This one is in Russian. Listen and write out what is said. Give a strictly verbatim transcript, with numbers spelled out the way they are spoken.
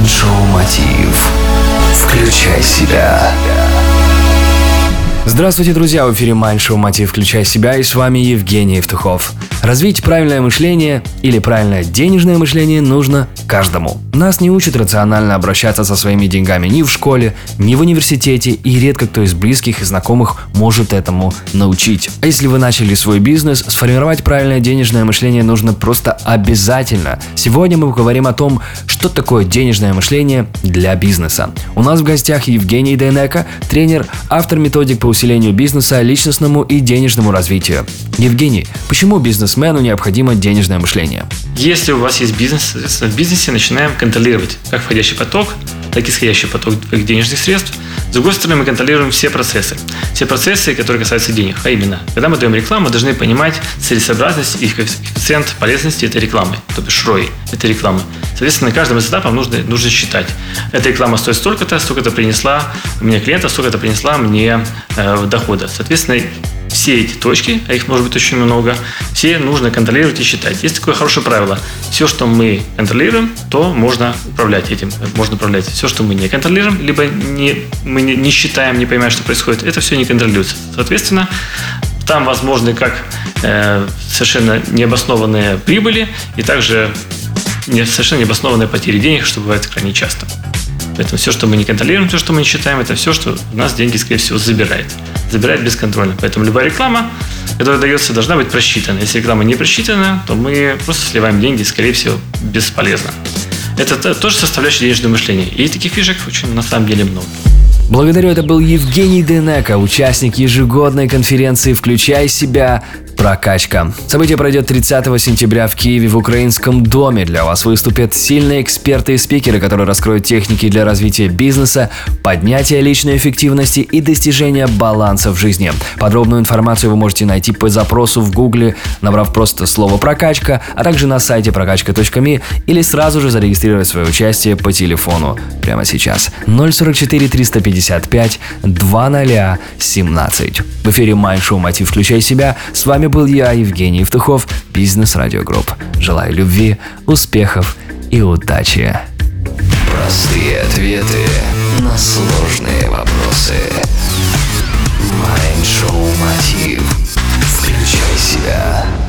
Майнд-шоу «Мотив». Включай себя. Здравствуйте, друзья! В эфире Майнд-шоу «Мотив. Включай себя» и с вами Евгений Евтухов. Развить правильное мышление или правильное денежное мышление нужно каждому. Нас не учат рационально обращаться со своими деньгами ни в школе, ни в университете, и редко кто из близких и знакомых может этому научить. А если вы начали свой бизнес, сформировать правильное денежное мышление нужно просто обязательно. Сегодня мы поговорим о том, что такое денежное мышление для бизнеса. У нас в гостях Евгений Дейнеко, тренер, автор методик по усилению бизнеса, личностному и денежному развитию. Евгений, почему бизнесмену необходимо денежное мышление? Если у вас есть бизнес, соответственно, в бизнесе начинаем контролировать как входящий поток, так и исходящий поток денежных средств. С другой стороны, мы контролируем все процессы. Все процессы, которые касаются денег. А именно, когда мы даем рекламу, мы должны понимать целесообразность и коэффициент полезности этой рекламы. То бишь рой этой рекламы. Соответственно, каждым из этапов нужно, нужно считать. Эта реклама стоит столько-то, столько-то принесла мне клиента, столько-то принесла мне э, дохода. Соответственно, все эти точки, а их может быть очень много, все нужно контролировать и считать. Есть такое хорошее правило. Все, что мы контролируем, то можно управлять этим. Можно управлять. Все, что мы не контролируем, либо не, мы не, не считаем, не понимаем, что происходит, это все не контролируется. Соответственно, там возможны как э, совершенно необоснованные прибыли, и также не, совершенно необоснованные потери денег, что бывает крайне часто. Поэтому все, что мы не контролируем, все, что мы не считаем, это все, что у нас деньги, скорее всего, забирает. Забирает бесконтрольно. Поэтому любая реклама, которая дается, должна быть просчитана. Если реклама не просчитана, то мы просто сливаем деньги, скорее всего, бесполезно. Это тоже составляющая денежного мышления. И таких фишек очень на самом деле много. Благодарю, это был Евгений Дейнеко, участник ежегодной конференции «Включай себя. Прокачка». Событие пройдет тридцатого сентября в Киеве в Украинском доме. Для вас выступят сильные эксперты и спикеры, которые раскроют техники для развития бизнеса, поднятия личной эффективности и достижения баланса в жизни. Подробную информацию вы можете найти по запросу в Гугле, набрав просто слово «прокачка», а также на сайте прокачка точка ми или сразу же зарегистрировать свое участие по телефону прямо сейчас. ноль сорок четыре триста пятьдесят пять двадцать семнадцать. В эфире Майнд-шоу «Мотив. Включай себя». С вами был я, Евгений Евтухов, Бизнес Радио Групп. Желаю любви, успехов и удачи. Простые ответы на сложные вопросы. Майнд-шоу «Мотив». Включай себя.